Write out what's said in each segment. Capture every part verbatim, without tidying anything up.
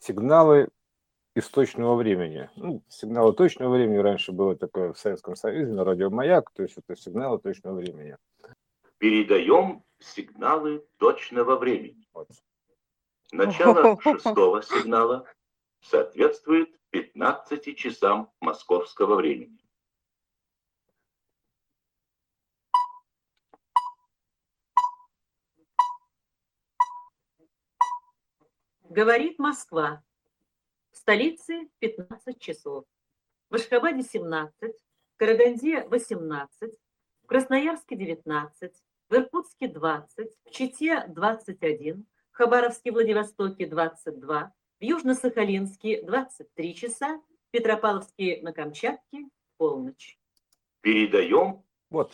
сигналы источного времени. Ну, сигналы точного времени раньше было такое в Советском Союзе, на радиомаяк, то есть это сигналы точного времени. Передаем сигналы точного времени. Вот. Начало шестого сигнала соответствует пятнадцати часам московского времени. Говорит Москва. В столице пятнадцать часов. В Ашхабаде семнадцать, в Караганде восемнадцать, в Красноярске девятнадцать, в Иркутске двадцать, в Чите двадцать один, в Хабаровске, Владивостоке двадцать два, в Южно-Сахалинске двадцать три часа, в Петропавловске на Камчатке полночь. Передаем. Вот.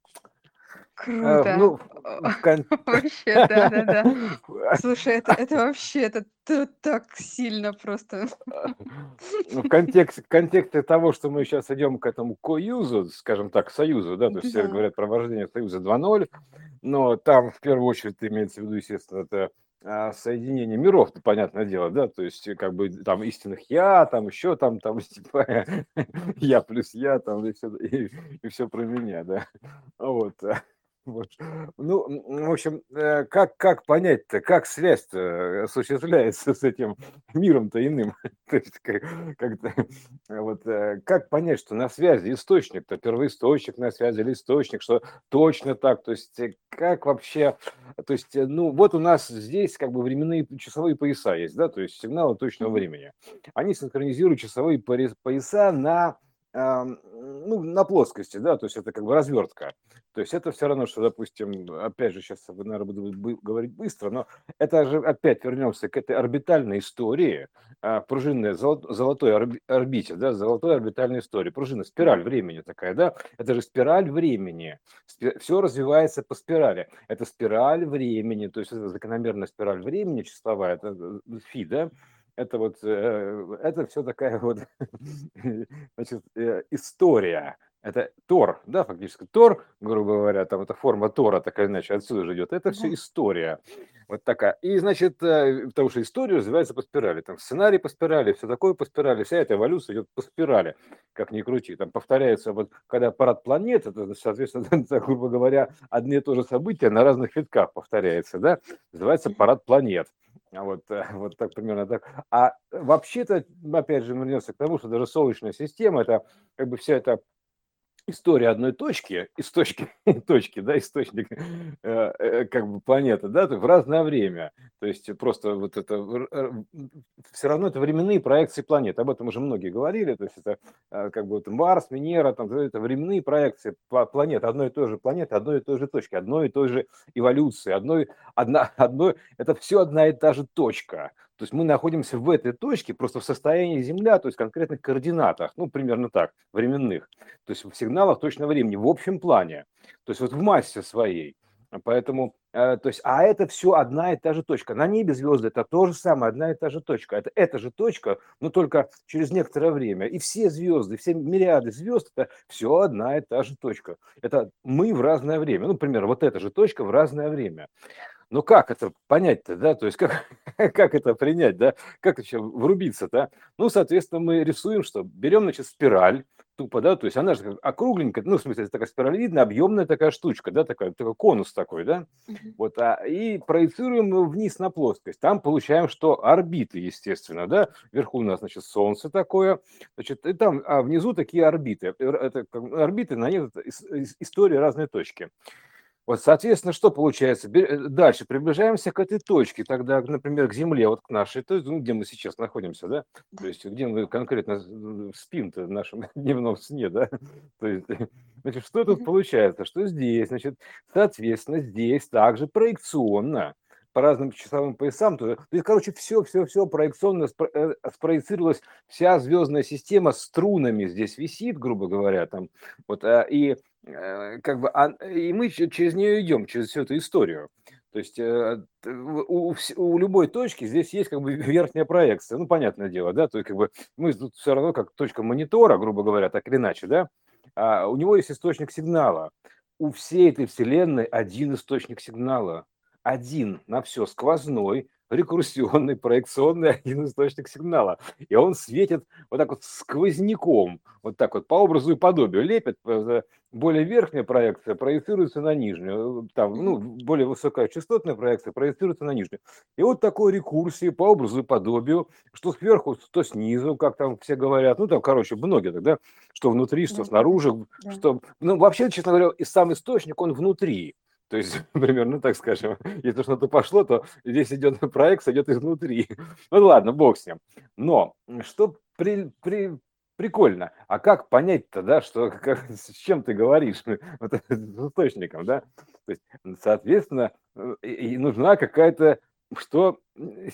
Круто. Э, ну, в кон- Вообще, да-да-да. Слушай, это, это вообще, это т- так сильно просто. Ну, в контексте, в контексте того, что мы сейчас идем к этому коюзу, скажем так, союзу, да, то есть все Да. говорят про вождение союза два ноль, но там в первую очередь имеется в виду, естественно, это а, соединение миров, ну, понятное дело, да, то есть э, как бы там истинных я, там еще там, там типа я плюс я, там и все, и, и все про меня, да, вот. э, Вот. Ну, м, в общем, э, как, как понять-то, как связь-то осуществляется с этим миром-то иным? То есть, как, как-то, э, вот, э, как понять, что на связи источник-то, первоисточник на связи или источник, что точно так, то есть, э, как вообще, то есть, э, ну, вот у нас здесь как бы временные часовые пояса есть, да, то есть сигналы точного Мгм. времени. Они синхронизируют часовые порез- пояса на, ам, ну, на плоскости, да, то есть это как бы развертка. То есть это все равно, что, допустим, опять же, сейчас, наверное, буду бы- говорить быстро, но это же опять вернемся к этой орбитальной истории, а, пружинной золо- золотой орби- орбите, да, золотой орбитальной истории, пружина, спираль времени такая, да, это же спираль времени, все развивается по спирали, это спираль времени, то есть это закономерная спираль времени числовая, это э, фи, да, это вот, э, это все такая вот, значит, э, история. Это Тор, да, фактически Тор, грубо говоря, там эта форма Тора, так или иначе, отсюда же идет. Это все Да. история. Вот такая. И, значит, э, потому что история развивается по спирали. Там сценарий по спирали, все такое по спирали, вся эта эволюция идет по спирали, как ни крути. Там повторяется, вот когда парад планет, это, соответственно, так, грубо говоря, одни и то же события на разных витках повторяется, да, называется Мгм. парад планет. А Вот, э, вот так примерно так. А вообще-то, опять же, мы вернемся к тому, что даже Солнечная система, это как бы вся эта история одной точки, из точки, точки, да, источник, э, э, как бы планеты, да, то в разное время. То есть просто вот это, все равно это временные проекции планет. Об этом уже многие говорили. То есть это э, как бы вот Марс, Венера, там, это временные проекции пла- планет, одной и той же планеты, одной и той же точки, одной и той же эволюции, одной, одна, одной, это все одна и та же точка. То есть мы находимся в этой точке просто в состоянии Земля, то есть в конкретных координатах, ну, примерно так, временных. То есть в сигналах точного времени, в общем плане, то есть вот в массе своей. Поэтому, э, то есть, а это все одна и та же точка. На небе звезды это то же самое, одна и та же точка. Это эта же точка, но только через некоторое время. И все звезды, все мириады звезд, это все одна и та же точка. Это мы в разное время. Ну, например, вот эта же точка в разное время. Ну как это понять-то, да, то есть как, как это принять, да, как еще врубиться-то? Ну, соответственно, мы рисуем, что берем, значит, спираль, тупо, да, то есть она же как округленькая, ну, в смысле, это такая спиралевидная, объемная такая штучка, да, такая, такой конус такой, да, Мгм. вот, а, и проецируем его вниз на плоскость. Там получаем, что орбиты, естественно, да, вверху у нас, значит, Солнце такое, значит, и там, а внизу такие орбиты. Э, Это как орбиты, на них это ис- ис- история разной точки. Вот, соответственно, что получается? Бе- э, Дальше приближаемся к этой точке, тогда, например, к Земле, вот к нашей, то есть, ну, где мы сейчас находимся, да? То Да. есть, где мы конкретно э, спим-то в нашем дневном сне, да? То есть, значит, что тут Мгм. получается? Что здесь, значит, соответственно, здесь также проекционно по разным часовым поясам, то, то есть, короче, все, все, все проекционно спро- э, спроецировалась вся звездная система струнами здесь висит, грубо говоря, там, вот, а, и Э, как бы, а, и мы че- через нее идем, через всю эту историю. То есть э, т- в- у, вс- у любой точки здесь есть как бы верхняя проекция. Ну, понятное дело, да, то есть как бы мы тут все равно как точка монитора, грубо говоря, так или иначе, да, а у него есть источник сигнала. У всей этой вселенной один источник сигнала. Один на все, сквозной, рекурсионный, проекционный один источник сигнала. И он светит вот так вот сквозняком, вот так вот по образу и подобию лепит. э, Более верхняя проекция проецируется на нижнюю, там, ну, Мгм. более высокочастотная проекция проецируется на нижнюю. И вот такой рекурсии по образу и подобию, что сверху, то снизу, как там все говорят, ну, там, короче, многие тогда, что внутри, что Да, да, да. снаружи, Да. что, ну, вообще, честно говоря, и сам источник, он внутри. То есть, примерно так скажем, если что-то пошло, то здесь идет проект, идет изнутри. Ну ладно, бог с ним. Но что при, при, прикольно, а как понять-то, да, что как, с чем ты говоришь, вот, с источником, да? То есть, соответственно, э, и нужна какая-то, что м,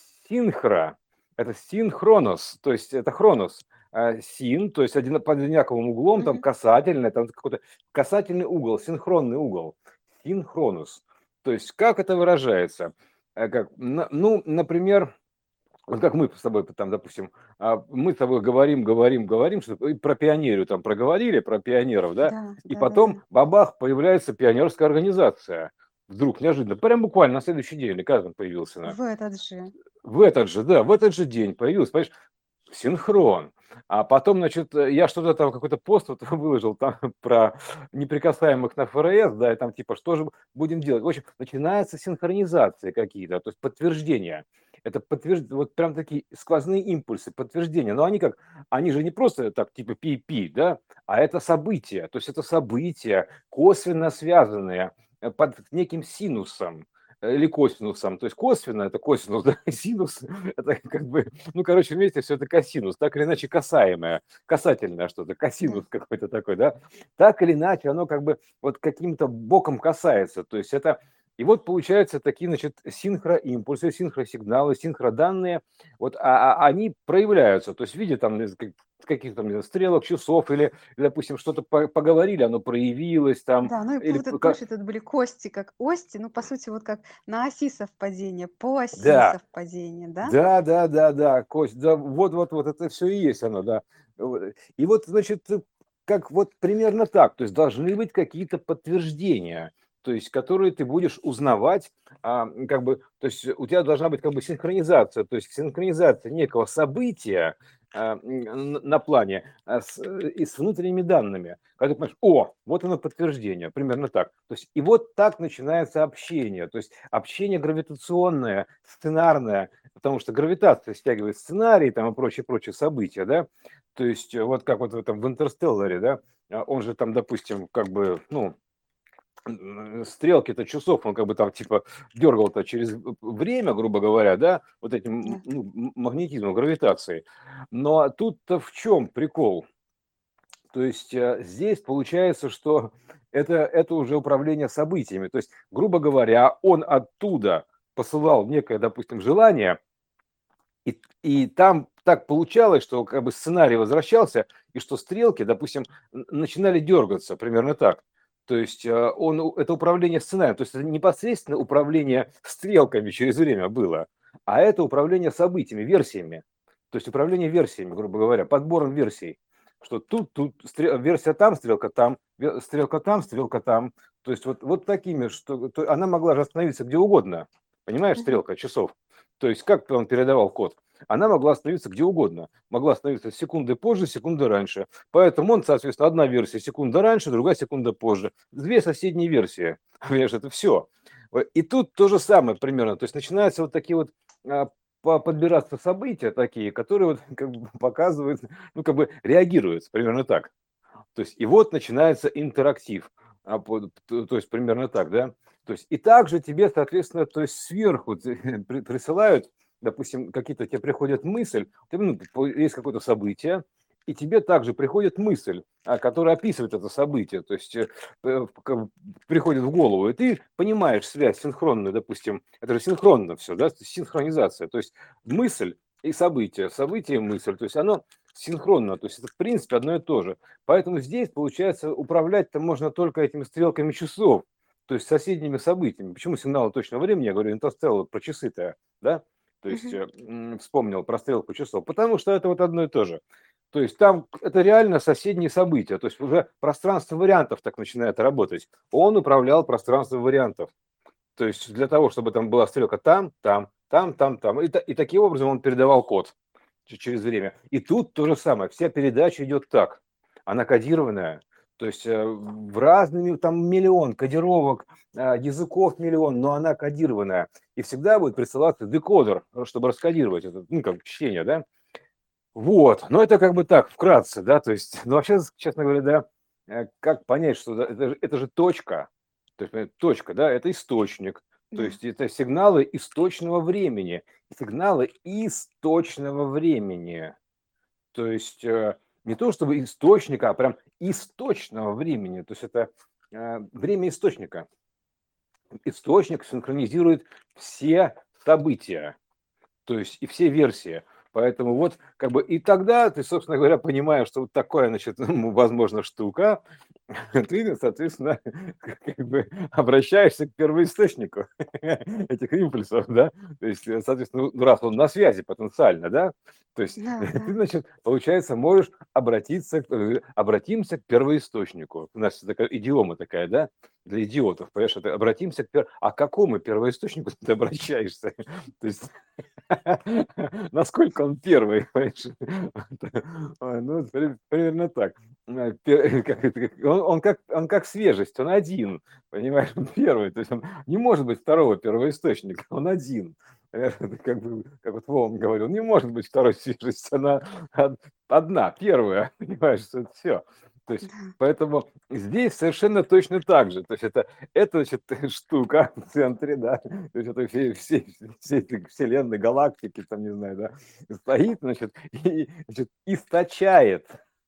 синхра, это синхронос, то есть это хронос, а син, то есть один, под одинаковым углом, там Мгм. касательный, там какой-то касательный угол, синхронный угол, синхронус. То есть как это выражается? Э, Как, на- ну, например, вот как мы с тобой там, допустим, а, мы с тобой говорим, говорим, говорим, что и про пионерию там проговорили, про пионеров, да, Да, и да, да, потом да. бабах, появляется пионерская организация. Вдруг неожиданно, прям буквально на следующий день, или как он появился, на, В этот же. в этот же, да, в этот же день появился, понимаешь, синхрон. А потом, значит, э, я что-то там, какой-то пост вот выложил там про неприкасаемых на ФРС, да, и там типа, что же будем делать? В общем, начинается синхронизация какие-то, то есть подтверждения. Это подтвержд... вот прям такие сквозные импульсы, подтверждения. Но они как, они же не просто так типа пи-пи, да, а это события. То есть это события, косвенно связанные э, под неким синусом э, или косинусом. То есть косвенно это косинус, да, синус это как бы, ну, короче, вместе все это косинус, так или иначе касаемое, касательное что-то, Да. косинус какой-то такой, да, так или иначе оно как бы вот каким-то боком касается, то есть это, и вот получается такие, значит, синхроимпульсы, синхросигналы, синхроданные, вот а, а они проявляются, то есть в виде там из как- каких-то там не знаю, стрелок, часов или, или, допустим, что-то по- поговорили, оно проявилось там, Да, ну и или вот это, п- помнишь, ка- это были кости, как ости, ну, по сути, вот как на оси совпадения, по оси да. совпадения, да? Да, да, да, да, Кость, да, вот, вот, вот это все и есть оно, да. Вот. И вот, значит, э, как вот примерно так, то есть должны быть какие-то подтверждения, то есть которые ты будешь узнавать, а, м, как бы, то есть у тебя должна быть как бы синхронизация, то есть синхронизация некого события а, м, н- на плане а, с, э, и с внутренними данными. Когда ты понимаешь, о, вот оно подтверждение, примерно так. То есть и вот так начинается общение, то есть общение гравитационное, сценарное, потому что гравитация стягивает сценарий там и прочие-прочие события, да, то есть э, вот как вот в этом в Интерстелларе, да, а он же там, допустим, как бы, ну, м, стрелки-то часов, он как бы там типа дергал-то через в- время, грубо говоря, да, вот этим Да. ну, м- магнетизмом, гравитацией. Но тут-то в чем прикол? То есть э, здесь получается, что это, это уже управление событиями. То есть, грубо говоря, он оттуда посылал некое, допустим, желание, и, и там так получалось, что как бы сценарий возвращался, и что стрелки, допустим, н- начинали дергаться, примерно так. То есть э, он, у- это управление сценарием, то есть это непосредственно управление стрелками через время было, а это управление событиями, версиями. То есть управление версиями, грубо говоря, подбором версий. Что тут, тут стрел- версия там, стрелка там, ве- стрелка там, стрелка там. То есть вот, вот такими, что то она могла же остановиться где угодно. Понимаешь, Мгм. стрелка часов. То есть как он передавал код? Она могла остановиться где угодно. Могла остановиться секунды позже, секунды раньше. Поэтому он, соответственно, одна версия секунда раньше, другая секунда позже. Две соседние версии. Понимаешь, это все. И тут то же самое примерно. То есть начинаются вот такие вот а, по- подбираться события такие, которые вот как бы показывают, ну как бы реагируют примерно так. То есть и вот начинается интерактив. А, по- то, то есть примерно так, да? То есть и также тебе, соответственно, то есть сверху ты- при- присылают, допустим, какие-то тебе приходят мысль, ты, ну, по- есть какое-то событие, и тебе также приходит мысль, а, которая описывает это событие, то есть э, э, как бы приходит в голову, и ты понимаешь связь синхронную, допустим, это же синхронно все, да, синхронизация, то есть мысль и событие, событие и мысль, то есть оно синхронно, то есть это в принципе одно и то же. Поэтому здесь, получается, управлять-то можно только этими стрелками часов, то есть соседними событиями. Почему сигналы точного времени, я говорю, Интерстеллар про часы-то, да? То есть Мгм. э, м, вспомнил про стрелку часов. Потому что это вот одно и то же. То есть там это реально соседние события. То есть уже пространство вариантов так начинает работать. Он управлял пространством вариантов. То есть для того, чтобы там была стрелка там, там, там, там, там. И, та- и таким образом он передавал код ч- через время. И тут то же самое. Вся передача идет так. Она кодированная. То есть э, в разными, там миллион кодировок, э, языков миллион, но она кодированная. И всегда будет присылаться декодер, э, чтобы раскодировать это, ну, как чтение, да. Вот, но это как бы так, вкратце, да, то есть, ну, вообще, честно говоря, да, э, как понять, что да, это, же- это же точка, то есть, э, точка, да, это источник, то Да. есть это сигналы источного времени, сигналы источного времени, то есть э, не то чтобы источника, а прям источного времени, то есть это э, время источника. Источник синхронизирует все события, то есть и все версии. Поэтому вот как бы и тогда ты, собственно говоря, понимаешь, что вот такая, значит, ну, возможно, штука, ты, соответственно, как бы обращаешься к первоисточнику этих импульсов, да, то есть, э, соответственно, ну, раз он на связи потенциально, да, то есть Да, ты, да. значит, получается, можешь обратиться, к- э, обратимся к первоисточнику. У нас такая идиома такая, да, для идиотов, понимаешь, это обратимся к пер... А к какому первоисточнику ты обращаешься? То есть насколько он первый, понимаешь? Ой, ну, при- примерно так. Э, пе- как это, как- Он, он как, он как свежесть, он один, понимаешь, он первый. То есть он не может быть второго первоисточника, он один. Понимаешь, это как бы, как вот Вован говорил, не может быть второй свежести, она од- одна, первая, понимаешь, все. То есть, Да. поэтому здесь совершенно точно так же. То есть это, это значит, штука в центре, да, то есть это все, все, все этой вселенной, галактики, там, не знаю, да, стоит, значит, и, значит, источает,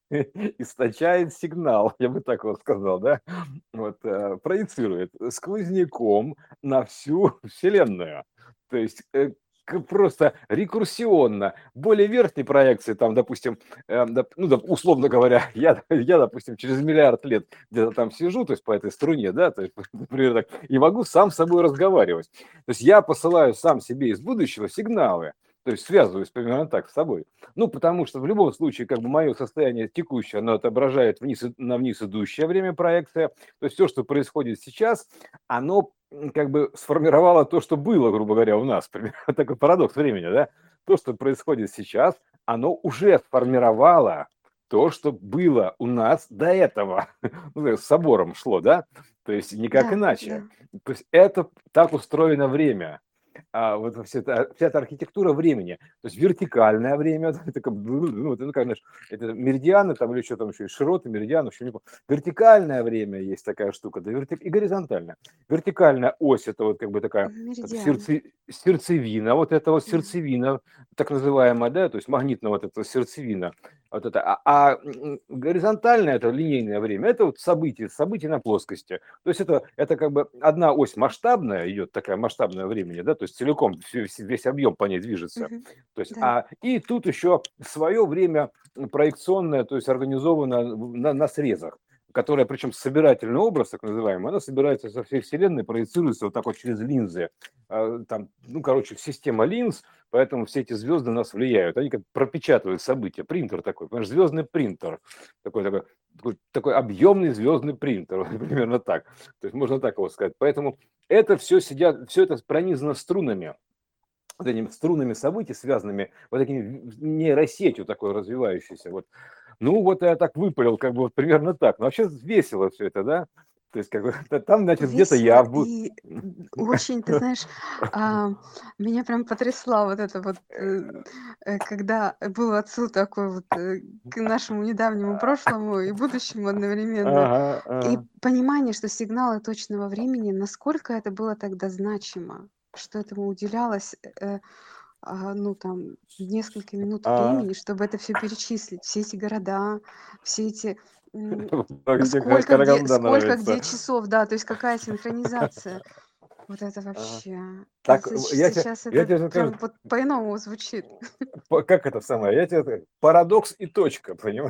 источает сигнал, я бы так вот сказал, да, вот, э, проецирует сквозняком на всю вселенную. То есть э, к- просто рекурсионно, более верхней проекции, там, допустим, э, доп- ну, доп- условно говоря, я, я, допустим, через миллиард лет где-то там сижу, то есть по этой струне, да, то есть, например, так, и могу сам с собой разговаривать. То есть я посылаю сам себе из будущего сигналы, то есть связываюсь примерно так с собой. Ну, потому что в любом случае, как бы мое состояние текущее, оно отображает вниз, и- на вниз идущее время проекция. То есть все, что происходит сейчас, оно м, как бы сформировало то, что было, грубо говоря, у нас. Примерно такой парадокс времени, да? То, что происходит сейчас, оно уже сформировало то, что было у нас до этого. Ну, с собором шло, да? То есть никак Да, иначе. да. То есть это так устроено время. А вот вся эта, вся эта архитектура времени, то есть вертикальное время, это как, бы, ну, это, ну, как, знаешь, это меридианы там или что там еще, широты, меридианы, еще не помню. Вертикальное время есть такая штука, да, вертик... и горизонтальное. Вертикальная ось это вот как бы такая как Меридианы. сердце... сердцевина, вот это вот Да. сердцевина, так называемая, да, то есть магнитная вот эта сердцевина, вот это. А, а м, горизонтальное это линейное время, это вот события, события на плоскости. То есть это, это как бы одна ось масштабная, идет такая масштабное времени, да, то есть целиком весь, весь объем по ней движется. Мгм. То есть, Да. а, и тут еще свое время проекционное, то есть организовано на, на срезах, которая, причем собирательный образ, так называемый, она собирается со всей Вселенной, проецируется вот так вот через линзы. А, Там, ну, короче, система линз, поэтому все эти звезды на нас влияют. Они как пропечатывают события. Принтер такой, понимаешь, звездный принтер. Такой, такой, такой, такой объемный звездный принтер, примерно так. То есть можно так его сказать. Поэтому это все сидят, все это пронизано струнами, вот этими струнами событий, связанными вот такими нейросетью такой развивающейся. Вот. Ну, вот я так выпалил, как бы вот примерно так. Но вообще весело все это, да? То есть, как бы, там, значит, где-то я Весело буду... и м, очень, ты знаешь, а, меня прям потрясла вот это вот, э, э, когда был отсыл такой вот э, к нашему недавнему прошлому и будущему одновременно. Ага, И ага. понимание, что сигналы точного времени, насколько это было тогда значимо, что этому уделялось, э, а, ну, там, несколько минут Ага. времени, чтобы это все перечислить, все эти города, все эти м, Мне сколько где, Караганда сколько нравится. где часов, да, то есть какая синхронизация. Вот это Ага. вообще. Так, Это щ- я тебе, сейчас я это тебе скажу, прям вот по-иному звучит. по- как это самое, я тебе скажу, парадокс и точка, понимаешь?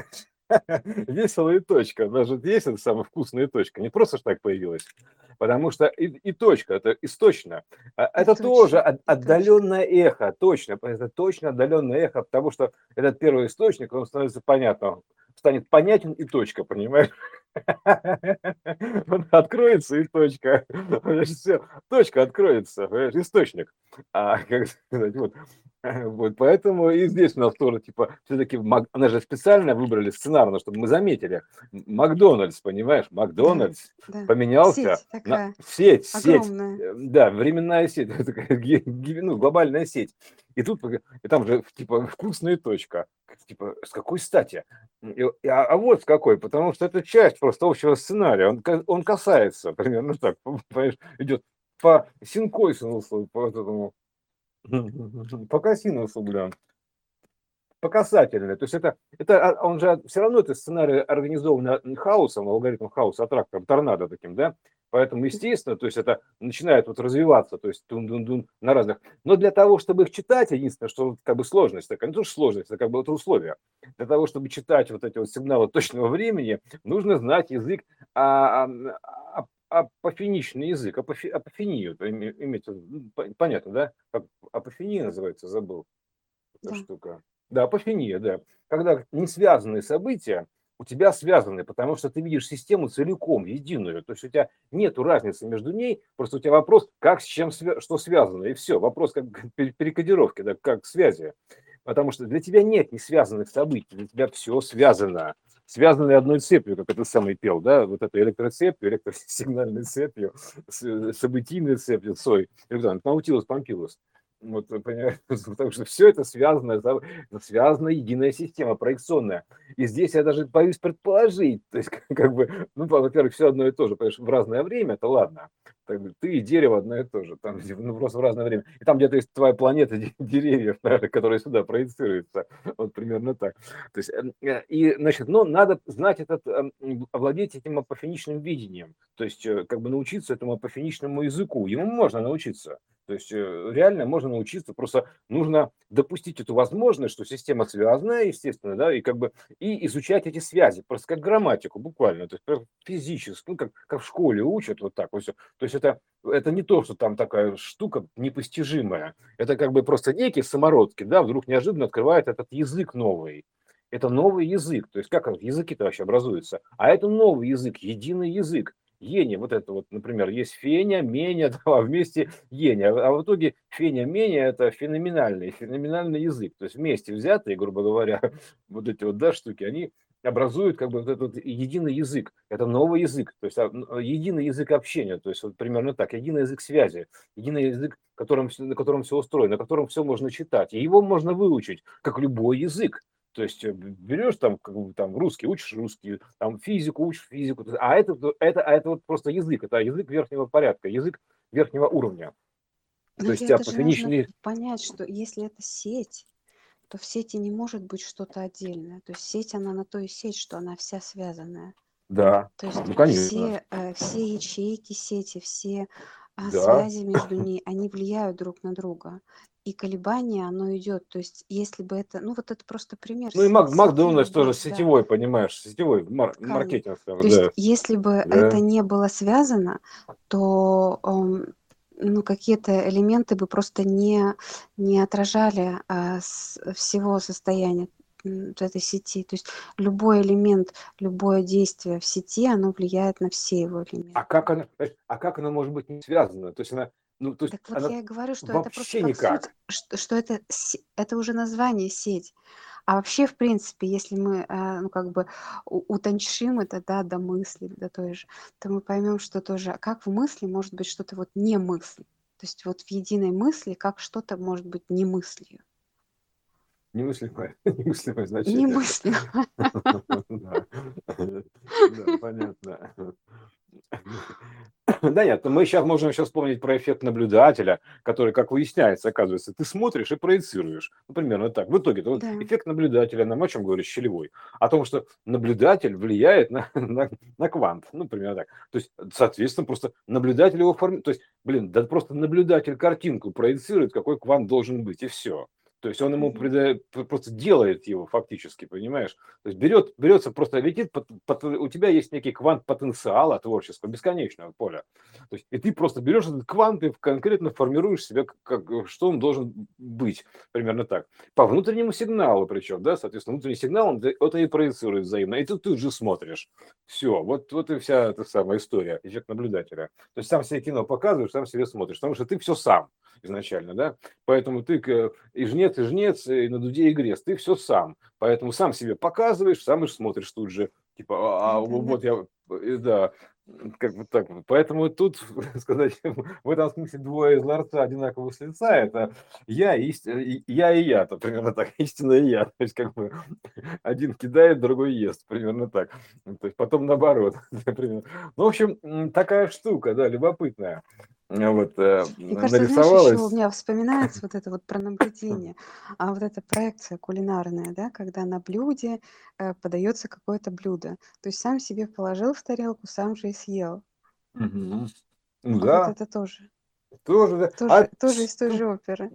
Весело и точка. Даже есть эта самая вкусная точка. Не просто ж так появилась. Потому что и, и точка, это источно. А И это тоже точно, от- и точка. отдаленное эхо, точно. Это точно отдаленное эхо, потому что этот первый источник, он становится понятным. Станет понятен и точка, понимаешь? Вот откроется и точка. Все, точка откроется, понимаешь, источник. А, как сказать, вот. Вот, поэтому и здесь у нас тоже, типа, все-таки, она же специально выбрали сценарно, чтобы мы заметили. М- Макдональдс, понимаешь, Да, Макдональдс да. поменялся Сеть на такая сеть, сеть, огромная. э, да, временная сеть, такая ге- ге- ну, глобальная сеть. И тут, пога- и там же, типа, вкусная точка. Типа, с какой стати? И- и- А, а вот с какой, потому что это часть просто общего сценария. Он, ка- он касается, примерно так, понимаешь, идет по синкойсинусу, по вот этому, по косинусу, бля, по касательной. То есть это, это, а, он же все равно, это сценарий организован хаосом, алгоритм хаоса, аттрактором, торнадо таким, да? Поэтому, естественно, то есть это начинает вот развиваться, то есть тун-дун-дун на разных. Но для того, чтобы их читать, единственное, что вот как бы сложность такая, не то, что сложность, это как бы это условие. Для того, чтобы читать вот эти вот сигналы точного времени, нужно знать язык, а, а, а- апофеничный язык, апофи- апофению, это име- иметь, ну, по- понятно, да? Как апофения называется, забыл эта Да. штука. Да, апофения, да. Когда не связанные события у тебя связаны, потому что ты видишь систему целиком, единую. То есть у тебя нет разницы между ней, просто у тебя вопрос, как с чем, свя- что связано, и все. Вопрос как пер- перекодировки, да, как связи. Потому что для тебя нет не связанных событий, для тебя все связано. Связаны одной цепью, как это самый пел, да, вот этой электроцепью, электросигнальной цепью, с- событийной цепью, сой, наутилус, помпилус. Вот, понимаешь, потому что все это связано, связана единая система проекционная. И здесь я даже боюсь предположить, то есть как бы, ну, во-первых, все одно и то же, понимаешь, в разное время, это ладно. Так, ты и дерево одно и то же, там, ну, просто в разное время. И там где-то есть твоя планета деревьев, наверное, которые сюда проецируются. Вот примерно так. То есть, э, и, значит, ну, надо знать этот, э, овладеть этим апофеничным видением. То есть, э, как бы научиться этому апофеничному языку. Ему можно научиться. То есть э, реально можно научиться, просто нужно допустить эту возможность, что система связанная, естественно, да, и как бы и изучать эти связи, просто как грамматику буквально, то есть прям физически, ну как, как в школе учат вот так вот все. То есть это, это не то, что там такая штука непостижимая, это как бы просто некие самородки, да, вдруг неожиданно открывает этот язык новый. Это новый язык, то есть как языки-то вообще образуются? А это новый язык, единый язык. Ени, вот это вот, например, есть Феня, Меня, да, а вместе Еня. А в итоге Феня, Меня – это феноменальный, феноменальный язык. То есть вместе взятые, грубо говоря, вот эти вот, да, штуки, они образуют как бы вот этот вот единый язык. Это новый язык, то есть а, н- единый язык общения, то есть вот примерно так, единый язык связи, единый язык, которым, всё- на котором все устроено, на котором все можно читать. И его можно выучить, как любой язык. То есть э, б- берешь там, как бы, там русский, учишь русский, там физику, учишь физику. А это, вот- это, а это вот просто язык, это язык верхнего порядка, язык верхнего уровня. Но То есть для этого же нужно апофеничный, понять, что если это сеть, то в сети не может быть что-то отдельное. То есть сеть, она на то и сеть, что она вся связанная. да, То есть ну конечно, все, э, все ячейки сети, все а, да. связи между ней, они влияют друг на друга. И колебание, оно идет. То есть если бы это, ну вот это просто пример Ну и с- Мак, сети Макдональдс тоже любой, да, сетевой, понимаешь, сетевой мар- ткани. маркетинг, То есть да, если бы это да. не было связано, то ам, ну, какие-то элементы бы просто не, не отражали а, с- всего состояния м, вот этой сети. То есть любой элемент, любое действие в сети, оно влияет на все его А элементы. как она, знаешь, а как она может быть не связана? То есть она, ну, то есть Так вот она я и говорю, что это просто вообще как суть, никак. что, что это, се- это уже название сеть. А вообще, в принципе, если мы, а, ну, как бы у- утончим это, да, до мысли, до той же, то мы поймем, что тоже, а как в мысли может быть что-то вот не мысль. То есть вот в единой мысли, как что-то может быть не мыслью. Немыслимое, немыслимое значение. Немыслимо. Да, да, понятно. Да нет, ну мы сейчас можем сейчас вспомнить про эффект наблюдателя, который, как выясняется, оказывается, ты смотришь и проецируешь. Ну, примерно так. В итоге, вот Да. эффект наблюдателя нам о чем говорит Щелевой? О том, что наблюдатель влияет на, на, на квант. Ну, примерно так. То есть, соответственно, просто наблюдатель его формирует. То есть, блин, да просто наблюдатель картинку проецирует, какой квант должен быть, и все. То есть он ему Мгм. прида- п- просто делает его фактически, понимаешь? То есть берет, берется, просто летит, пот- пот- у тебя есть некий квант потенциала творческого, бесконечного поля. То есть, и ты просто берешь этот квант и конкретно формируешь себя, как, как- что он должен быть, примерно так. По внутреннему сигналу причем, да, соответственно, внутренний сигнал, он д- это и проецирует взаимно, и ты тут же смотришь. Все, вот, вот и вся эта самая история, эффект наблюдателя. То есть сам себе кино показываешь, сам себе смотришь, потому что ты все сам изначально, да, поэтому ты к- и жнец, и жнец, и на дуде, и грец, ты все сам, поэтому сам себе показываешь, сам и смотришь тут же, типа, а, а, Да-да-да. вот я, э, да, как бы так вот. Поэтому тут, сказать, в этом смысле двое из ларца одинаковых с лица, это я и, ист- и- я и я, то примерно так, истинно и я. То есть как бы один кидает, другой ест, примерно так. Ну, то есть потом наоборот. Примерно. Ну, в общем, м, такая штука, да, любопытная. А Вот, э, Мне кажется, знаешь, еще у нарисовалась. меня вспоминается вот это вот про наблюдение, а вот эта проекция кулинарная, да, когда на блюде э, подается какое-то блюдо. То есть сам себе положил в тарелку, сам же и съел. Мгм. Ну Вот да, это тоже. тоже, да. Тоже, А тоже из той тут же оперы.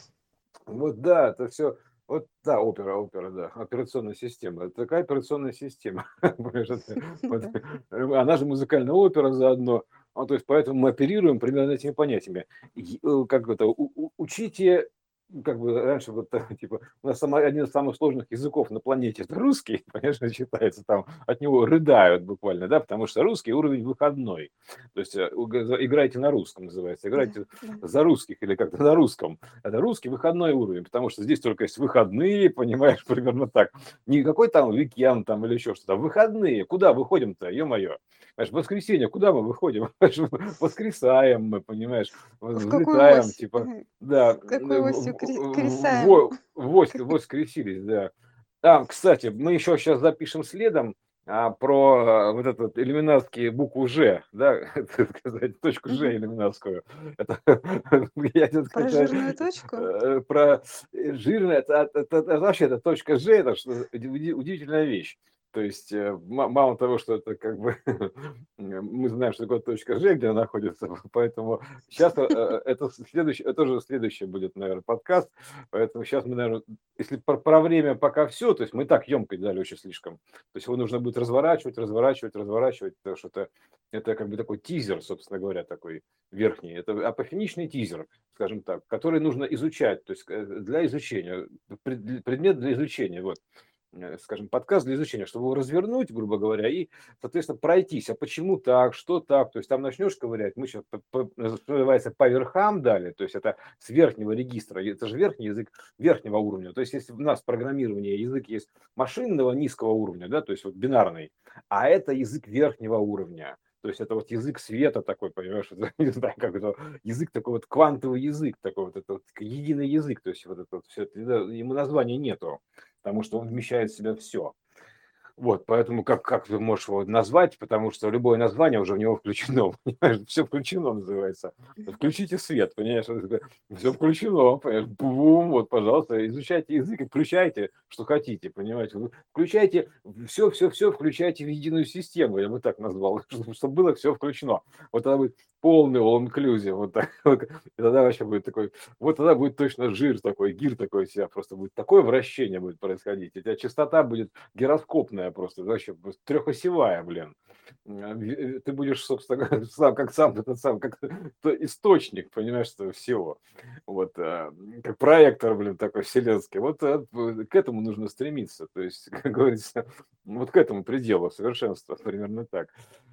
вот да, это все, вот да, опера, опера, да, операционная система. Это такая операционная система. Понимаешь, это вот, Да. э, она же музыкальная опера заодно. А, то есть поэтому мы оперируем примерно этими понятиями. И, э, Как это, у- у- учите, как бы раньше вот так, типа, у нас самый, один из самых сложных языков на планете это русский, конечно, считается там, от него рыдают буквально, да, потому что русский уровень выходной. То есть э, у- играйте на русском называется, Да, играйте да. за русских или как-то на русском. Это русский выходной уровень, потому что здесь только есть выходные, понимаешь, примерно так. Никакой там уикенд там или еще что-то. а Выходные. Куда выходим-то, ё-моё? Понимаешь, в воскресенье куда мы выходим? Понимаешь, воскресаем мы, понимаешь, В какую взлетаем, ось? типа, Мгм. да, С какой осью в- кре- в- кресаем? в- вось, воскресились, да. А, кстати, мы еще сейчас запишем следом а, про а, вот этот иллюминатские букву Ж, да, так сказать, точку Ж Мгм. иллюминатскую. Это, я тебе Про скажу, жирную точку? э, про э, жирное, это, это- это вообще это точка Ж, это что, уди- удивительная вещь. То есть э, ма- мало того, что это как бы мы знаем, что такое точка Ж, где она находится, поэтому сейчас это следующий, это уже следующий будет, наверное, подкаст, поэтому сейчас мы, наверное, если про, про время пока все, то есть мы и так емкость дали очень слишком, то есть его нужно будет разворачивать, разворачивать, разворачивать, потому что это, это как бы такой тизер, собственно говоря, такой верхний, это апофеничный тизер, скажем так, который нужно изучать, то есть э, для изучения, пред- предмет для изучения, вот, э, скажем, подкаст для изучения, чтобы его развернуть, грубо говоря, и, соответственно, пройтись, а почему так, что так, то есть там начнешь ковырять, мы сейчас, что называется, по верхам дали, то есть это с верхнего регистра, это же верхний язык верхнего уровня, то есть если у нас программирование язык есть машинного низкого уровня, да, то есть вот бинарный, а это язык верхнего уровня, то есть это вот язык света такой, понимаешь, это, не знаю, как это, язык такой вот, квантовый язык такой вот, это вот единый язык, то есть вот это вот все, это, ему названия нету, потому что он вмещает в себя все. Вот, поэтому как, как ты можешь его назвать, потому что любое название уже в него включено, понимаешь, все включено называется. Включите свет, понимаешь, все включено, понимаешь, бум, вот, пожалуйста, изучайте язык и включайте, что хотите, понимаете, Вы включайте все, все, все, включайте в единую систему, я бы так назвал, чтобы, чтобы было все включено. Вот тогда будет полный all inclusive, вот так, вот, и тогда вообще будет такой, вот тогда будет точно жир такой, гир такой себя, просто будет такое вращение будет происходить, у тебя частота будет гироскопная просто, вообще трехосевая, блин. Э, Ты будешь, собственно, говоря, сам, как сам этот сам, как то источник, понимаешь, этого всего. Вот, э, как проектор, блин, такой вселенский. Вот э, к этому нужно стремиться. То есть, как говорится, вот к этому пределу совершенства, примерно так.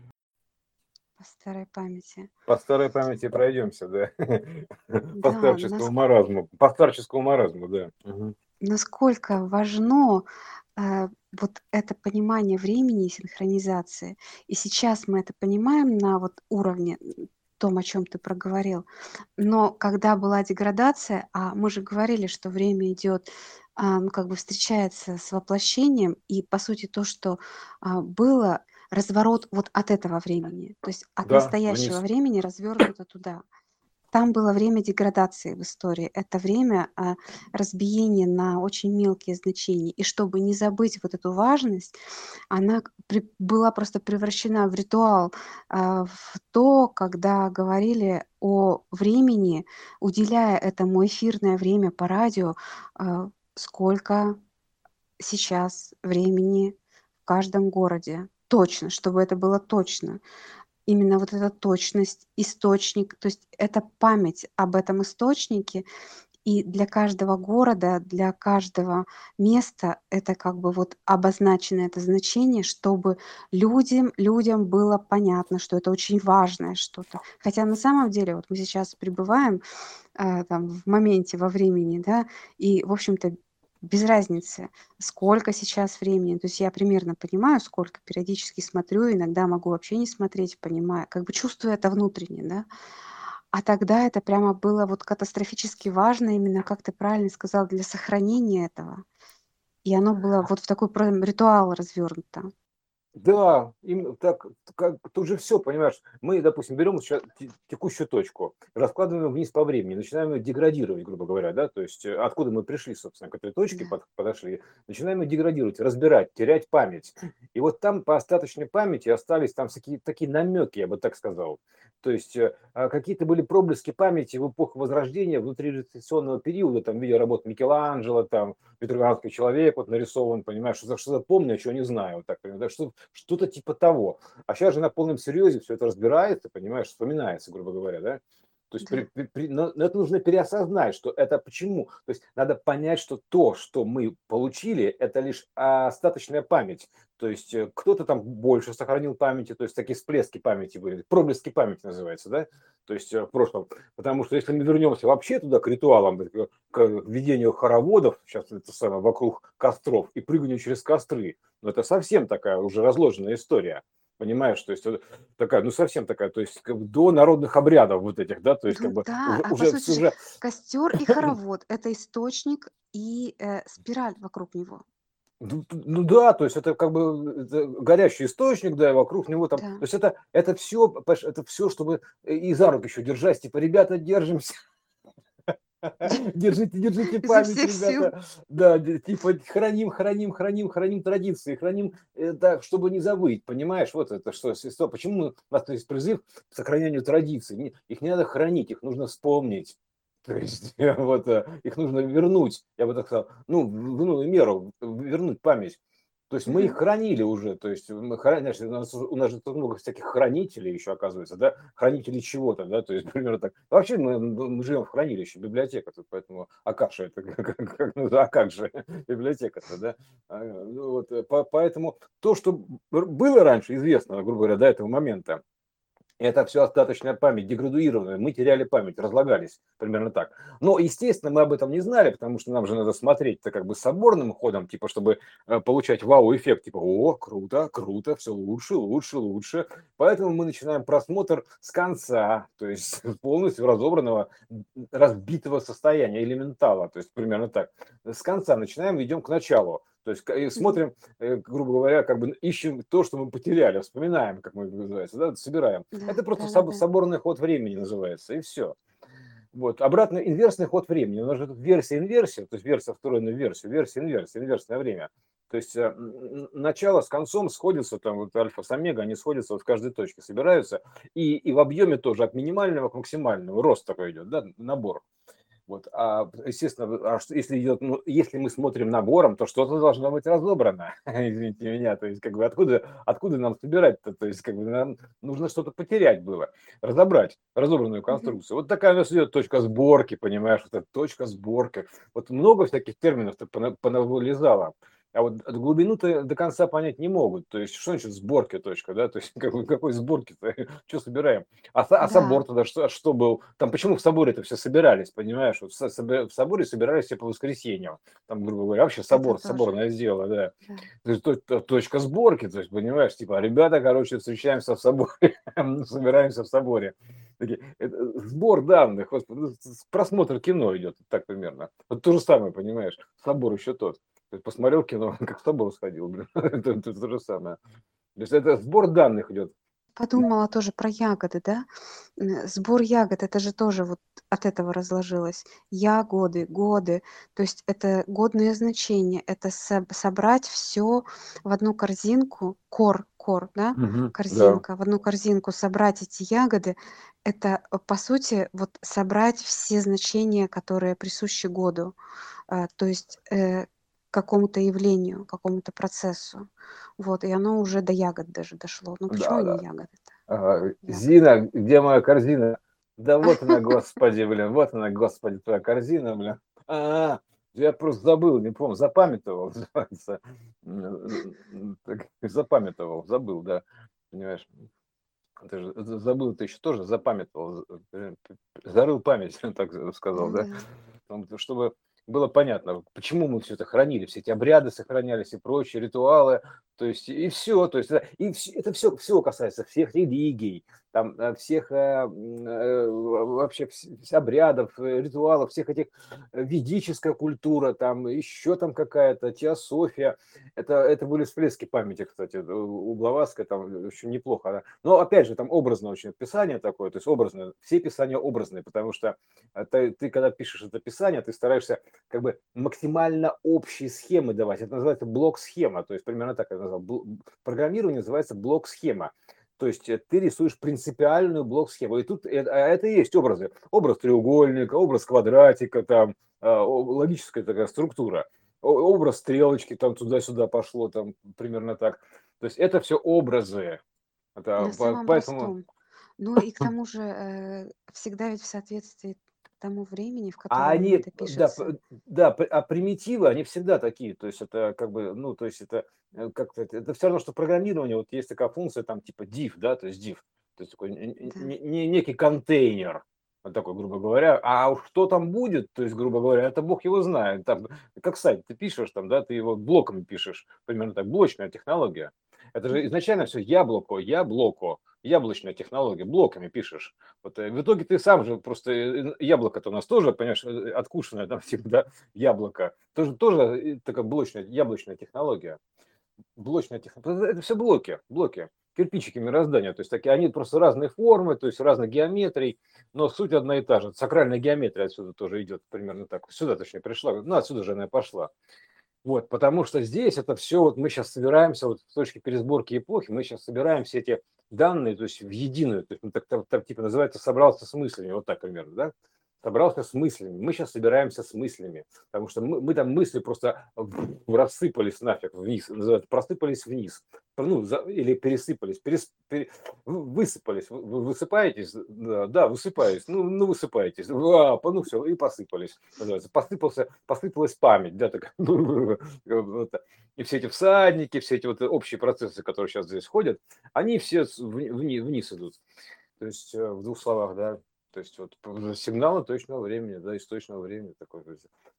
По старой памяти. По старой памяти пройдемся, да. По Да, старческому нас- маразму. По старческому маразму, да. Мгм. насколько важно э, вот это понимание времени и синхронизации. И сейчас мы это понимаем на вот уровне м, том, о чем ты проговорил. Но когда была деградация, а мы же говорили, что время идет, а, ну, как бы встречается с воплощением, и по сути то, что а, было, разворот вот от этого времени, то есть от Да, настоящего вниз. времени развернуто туда. там было время деградации в истории. Это время а, разбиения на очень мелкие значения. И чтобы не забыть вот эту важность, она к- при- была просто превращена в ритуал, а, в то, когда говорили о времени, уделяя этому эфирное время по радио, а, сколько сейчас времени в каждом городе. Точно, чтобы это было точно. Именно вот эта точность, источник, то есть это память об этом источнике, и для каждого города, для каждого места это как бы вот обозначено это значение, чтобы людям, людям было понятно, что это очень важное что-то. Хотя на самом деле вот мы сейчас пребываем э, там, в моменте, во времени, да, и, в общем-то, без разницы, сколько сейчас времени. То есть я примерно понимаю, сколько, периодически смотрю, иногда могу вообще не смотреть, понимаю, как бы чувствую это внутренне, да. А тогда это прямо было вот катастрофически важно, именно, как ты правильно сказал, для сохранения этого. И оно было вот в такой прям ритуал развернуто. Да, им так, как, тут же все, понимаешь, мы, допустим, берем сейчас текущую точку, раскладываем ее вниз по времени, начинаем ее деградировать, грубо говоря, да, то есть э, откуда мы пришли, собственно, к этой точке, Да. под- подошли, начинаем ее деградировать, разбирать, терять память. И вот там по остаточной памяти остались там всякие такие намеки, я бы так сказал. То есть э, а, какие-то были проблески памяти в эпоху Возрождения, внутриреволюционного периода, там, видео работ Микеланджело, там, Петроградский человек вот нарисован, понимаешь, что, что запомню, а что не знаю, вот так, понимаешь, да, что, что-то типа того. А сейчас же на полном серьезе все это разбирается, понимаешь, вспоминается, грубо говоря, да. То есть при, Да. при, при, но это нужно переосознать, что это почему. То есть надо понять, что то, что мы получили, это лишь остаточная память. То есть э, кто-то там больше сохранил памяти, то есть такие всплески памяти были, проблески памяти называется, да, то есть э, в прошлом. Потому что если мы вернемся вообще туда к ритуалам, к к ведению хороводов, сейчас это самое, вокруг костров и прыганию через костры, ну это совсем такая уже разложенная история. Понимаешь, то есть вот такая, ну совсем такая, то есть как бы до народных обрядов вот этих, да, то есть как Ну бы да, уже, а по уже, сути же уже костер и хоровод– это источник и э, спираль вокруг него. Ну, ну да, то есть это как бы это горящий источник, да, и вокруг него там, то Да. есть это, это все, это все, чтобы и за руку еще держать, типа, ребята, держимся, держите, держите Изо память, всех сил. ребята, да, д- типа, храним, храним, храним, храним традиции, храним, э, так, чтобы не забыть, понимаешь, вот это что, сестра, почему у нас то есть призыв к сохранению традиций, Не- их не надо хранить, их нужно вспомнить. То есть вот э, их нужно вернуть, я бы так сказал, ну, в в иную меру, вернуть память. То есть мы их Мгм. хранили уже, то есть мы хранили, у нас, у нас же тут много всяких хранителей еще оказывается, да, хранители чего-то, да, то есть примерно так. Вообще мы, мы живем в хранилище, библиотека тут, поэтому, а как же это, как, как- как- ну, а как же библиотека-то, да. А, ну вот, э, по- поэтому то, что б- было раньше известно, грубо говоря, до этого момента, это все остаточная память, деградуированная. Мы теряли память, разлагались. Примерно так. Но, естественно, мы об этом не знали, потому что нам же надо смотреть-то как бы соборным ходом, типа, чтобы э, получать вау-эффект. Типа, о, круто, круто, все лучше, лучше, лучше. Поэтому мы начинаем просмотр с конца, то есть полностью разобранного, разбитого состояния элементала. То есть примерно так. С конца начинаем, идем к началу. То есть к- и Мгм. смотрим, э, грубо говоря, как бы ищем то, что мы потеряли, вспоминаем, как мы называется, да, собираем. Да, Это просто да, да, соб- да. соборный ход времени называется, и все. Вот. Обратно инверсный ход времени. У нас же тут версия-инверсия, то есть версия встроена в версию, версия-инверсия, инверсное время. То есть э, н- начало с концом сходится, там вот альфа с омега, они сходятся вот в каждой точке, собираются, и, и в объеме тоже от минимального к максимальному, рост такой идет, да, набор. Вот, а, естественно, а что, если идет, ну, если мы смотрим набором, то что-то должно быть разобрано. Извините меня, то есть как бы откуда, откуда нам собирать-то, то есть как бы нам нужно что-то потерять было, разобрать разобранную Мгм. конструкцию. Вот такая у нас идет точка сборки, понимаешь, вот эта точка сборки. Вот много всяких терминов-то пона- понавылезало. А вот от глубину-то до конца понять не могут. То есть, что значит сборки точка, да? То есть, какой, какой сборки-то? Что собираем? А, со- а Да, собор тогда что, что был? Там почему в соборе-то все собирались, понимаешь? Вот в, со- собе- в соборе собирались все по воскресеньям. Там, грубо говоря, вообще это собор, тоже. соборное дело, да. Да. То есть то- то- точка сборки, то есть, понимаешь, типа, ребята, короче, встречаемся в соборе, собираемся в соборе. Такие, это сбор данных, господи, ну, с- просмотр кино идет, так примерно. Вот то же самое, понимаешь, собор еще тот. То есть посмотрел кино, как в собор сходил, блин, это, это то же самое. То есть это сбор данных идет. подумала тоже про ягоды, да? М, Сбор ягод, это же тоже вот от этого разложилось. Ягоды, годы, то есть это годные значения, это соб- собрать все в одну корзинку, кор, кор, да, Мгм. Да. корзинка, в одну корзинку собрать эти ягоды, это, э, по сути, вот собрать все значения, которые присущи году, а, то есть э, какому-то явлению, какому-то процессу. Вот, и оно уже до ягод даже дошло. Ну почему Да, не да. ягоды-то? Ага. Ягоды. Зина, где моя корзина? Да вот она, господи, блин, вот она, господи, твоя корзина, блин. А, я просто забыл, не помню, запамятовал, называется. М, м, так, Запамятовал, забыл, да, понимаешь. Ты же за- забыл, ты еще тоже запамятовал, з- э, п- п- зарыл память, так сказал, Ну да? да. Потому что, чтобы было понятно, почему мы все это хранили, все эти обряды сохранялись и прочие ритуалы, то есть и все, то есть это, и вс- это все, всего касается всех религий, там э, всех э, м, э, вообще вс- вс- обрядов, э, ритуалов, всех этих э, ведическая культура, там еще там какая-то теософия, это, это были всплески памяти, кстати, у у Блаватской там очень неплохо. Она- Но опять же, там образное очень описание такое, то есть образное, все писания образные, потому что э, ты, ты когда пишешь это писание, ты стараешься как бы максимально общие схемы давать. Это называется блок-схема, то есть примерно так я назвал. Бл- Программирование называется блок-схема. То есть э, ты рисуешь принципиальную блок-схему. И тут э, а это и есть образы. Образ треугольника, образ квадратика, там а, о- логическая такая структура. О- Образ стрелочки там туда-сюда пошло, там примерно так. То есть это все образы. Это, На по- самом поэтому простом. Ну и к тому же э, всегда ведь в соответствии тому времени, в А котором они, это да, пишется. п- да, п- а примитивы, они всегда такие, то есть это как бы, ну, то есть это э, как-то, это, это все равно, что программирование, вот есть такая функция, там, типа div, да, то есть div, то есть такой н- н- Да. не- не- некий контейнер, вот такой, грубо говоря, а уж что там будет, то есть, грубо говоря, это бог его знает, там, как сайт ты пишешь, там, да, ты его блоками пишешь, примерно так, блочная технология, это же Мгм. изначально все яблоко, яблоко, яблочная технология, блоками пишешь. Вот э, в итоге ты сам же просто э, яблоко-то у нас тоже, понимаешь, э, откушенное там всегда яблоко. Тоже, тоже э, такая блочная, яблочная технология. Блочная технология. Это все блоки, блоки, кирпичики мироздания. То есть такие, они просто разные формы, то есть разных геометрий, но суть одна и та же. Сакральная геометрия отсюда тоже идет примерно так. Сюда, точнее, пришла. Ну, отсюда же она и пошла. Вот, потому что здесь это все, вот мы сейчас собираемся, вот с точки пересборки эпохи, мы сейчас собираем все эти данные, то есть в единую, то есть, ну, так, так, так, типа называется собрался с мыслями, вот так примерно, да? Собрался с мыслями. Мы сейчас собираемся с мыслями, потому что мы, мы там мысли просто в- рассыпались нафиг вниз, называется, просыпались вниз, ну, за- или пересыпались, перес, пере- вы- высыпались, вы вы высыпаетесь, да, да, высыпаюсь, ну, ну высыпаетесь, а, по- ну все, и посыпались, называется, посыпался, посыпалась память, да, так, вот так. И все эти всадники, все эти вот общие процессы, которые сейчас здесь ходят, они все с- вни- вни- вниз идут. То есть э, в двух словах, да, то есть вот п- сигналы точного времени, да, источного времени такой. То есть